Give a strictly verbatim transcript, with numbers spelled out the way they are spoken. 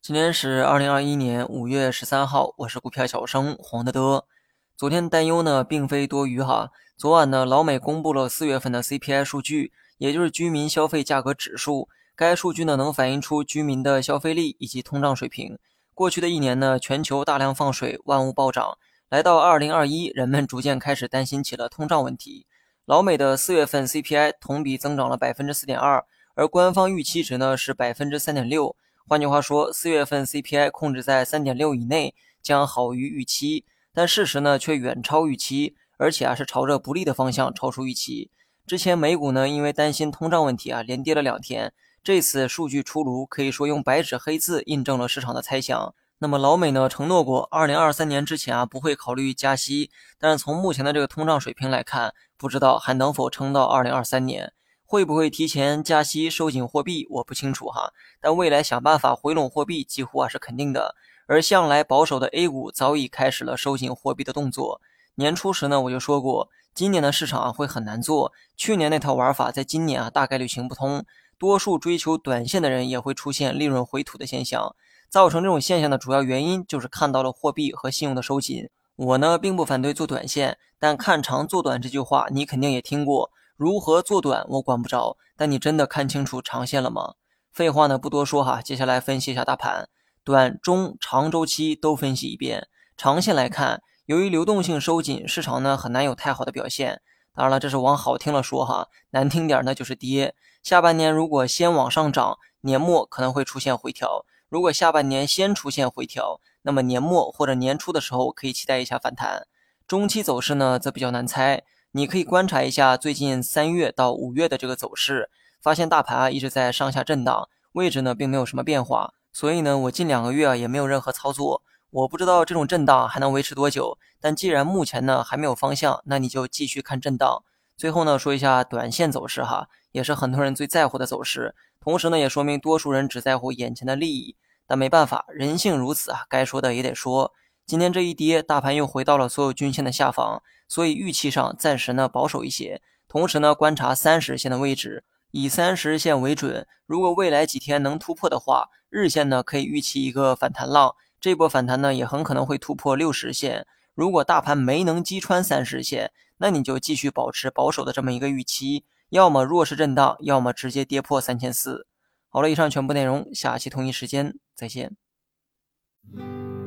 今天是二零二一年五月十三号，我是股票小生黄德德。昨天担忧呢并非多余哈，昨晚呢老美公布了四月份的 C P I 数据，也就是居民消费价格指数。该数据呢能反映出居民的消费力以及通胀水平。过去的一年呢，全球大量放水，万物暴涨。来到二零二一，人们逐渐开始担心起了通胀问题。老美的四月份 C P I 同比增长了 百分之四点二， 而官方预期值呢是 百分之三点六。换句话说，四月份 C P I 控制在 三点六 以内，将好于预期，但事实呢却远超预期，而且啊是朝着不利的方向超出预期。之前美股呢因为担心通胀问题啊连跌了两天，这次数据出炉，可以说用白纸黑字印证了市场的猜想。那么老美呢承诺过二零二三年之前啊不会考虑加息，但是从目前的这个通胀水平来看，不知道还能否撑到二零二三年。会不会提前加息收紧货币我不清楚哈，但未来想办法回笼货币几乎啊是肯定的。而向来保守的 A 股早已开始了收紧货币的动作。年初时呢我就说过，今年的市场啊会很难做，去年那套玩法在今年啊大概率行不通，多数追求短线的人也会出现利润回吐的现象。造成这种现象的主要原因就是看到了货币和信用的收紧。我呢并不反对做短线，但看长做短这句话你肯定也听过，如何做短我管不着，但你真的看清楚长线了吗？废话呢不多说哈，接下来分析一下大盘，短、中、长周期都分析一遍。长线来看，由于流动性收紧，市场呢很难有太好的表现。当然了，这是往好听了说哈，难听点呢就是跌。下半年如果先往上涨，年末可能会出现回调；如果下半年先出现回调，那么年末或者年初的时候可以期待一下反弹。中期走势呢则比较难猜。你可以观察一下最近三月到五月的这个走势，发现大盘啊一直在上下震荡，位置呢并没有什么变化，所以呢我近两个月啊也没有任何操作。我不知道这种震荡还能维持多久，但既然目前呢还没有方向，那你就继续看震荡。最后呢说一下短线走势哈，也是很多人最在乎的走势，同时呢也说明多数人只在乎眼前的利益。但没办法，人性如此啊，该说的也得说。今天这一跌，大盘又回到了所有均线的下方，所以预期上暂时呢保守一些，同时呢观察三十线的位置，以三十线为准。如果未来几天能突破的话，日线呢可以预期一个反弹浪，这波反弹呢也很可能会突破六十线。如果大盘没能击穿三十线，那你就继续保持保守的这么一个预期，要么弱势震荡，要么直接跌破三千四百。好了，以上全部内容，下期同一时间再见。